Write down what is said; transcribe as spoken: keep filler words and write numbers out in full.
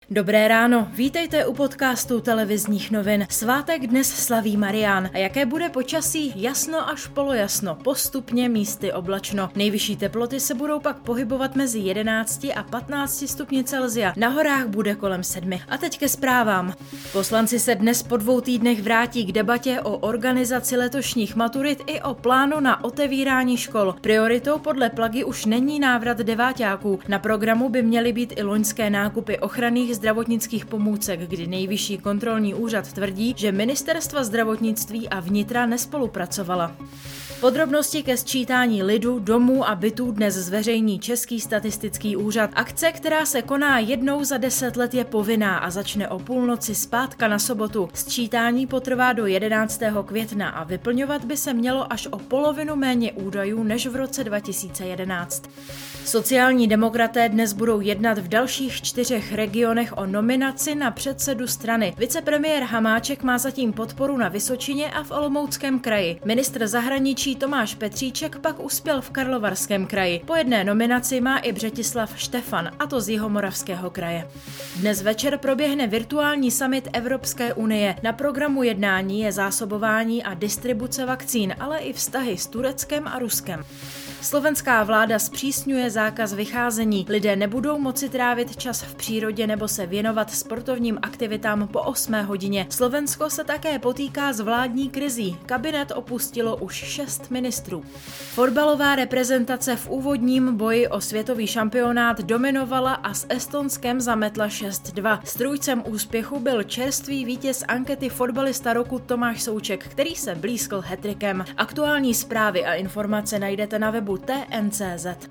Dobré ráno, vítejte u podcastu televizních novin. Svátek dnes slaví Marián. A jaké bude počasí? Jasno až polojasno, postupně místy oblačno. Nejvyšší teploty se budou pak pohybovat mezi jedenácti a patnácti stupni Celsia. Na horách bude kolem sedmi. A teď ke zprávám. Poslanci se dnes po dvou týdnech vrátí k debatě o organizaci letošních maturit i o plánu na otevírání škol. Prioritou podle Plagy už není návrat deváťáků. Na programu by měly být i loňské nákupy ochranných zdravotnických pomůcek, kdy Nejvyšší kontrolní úřad tvrdí, že ministerstva zdravotnictví a vnitra nespolupracovala. Podrobnosti ke sčítání lidu, domů a bytů dnes zveřejní Český statistický úřad. Akce, která se koná jednou za deset let, je povinná a začne o půlnoci zpátka na sobotu. Sčítání potrvá do jedenáctého května a vyplňovat by se mělo až o polovinu méně údajů než v roce dva tisíce jedenáct. Sociální demokraté dnes budou jednat v dalších čtyřech regionech o nominaci na předsedu strany. Vicepremiér Hamáček má zatím podporu na Vysočině a v Olomouckém kraji. Ministr zahraničí Tomáš Petříček pak uspěl v Karlovarském kraji. Po jedné nominaci má i Břetislav Štefan, a to z Jihomoravského kraje. Dnes večer proběhne virtuální summit Evropské unie. Na programu jednání je zásobování a distribuce vakcín, ale i vztahy s Tureckem a Ruskem. Slovenská vláda zpřísňuje zákaz vycházení. Lidé nebudou moci trávit čas v přírodě nebo se věnovat sportovním aktivitám po osmé hodině. Slovensko se také potýká s vládní krizí. Kabinet opustilo už šest ministrů. Fotbalová reprezentace v úvodním boji o světový šampionát dominovala a s Estonskem zametla šest dva. Strůjcem úspěchu byl čerstvý vítěz ankety fotbalista roku Tomáš Souček, který se blízkl hat-trickem. Aktuální zprávy a informace najdete na webu T N C Z.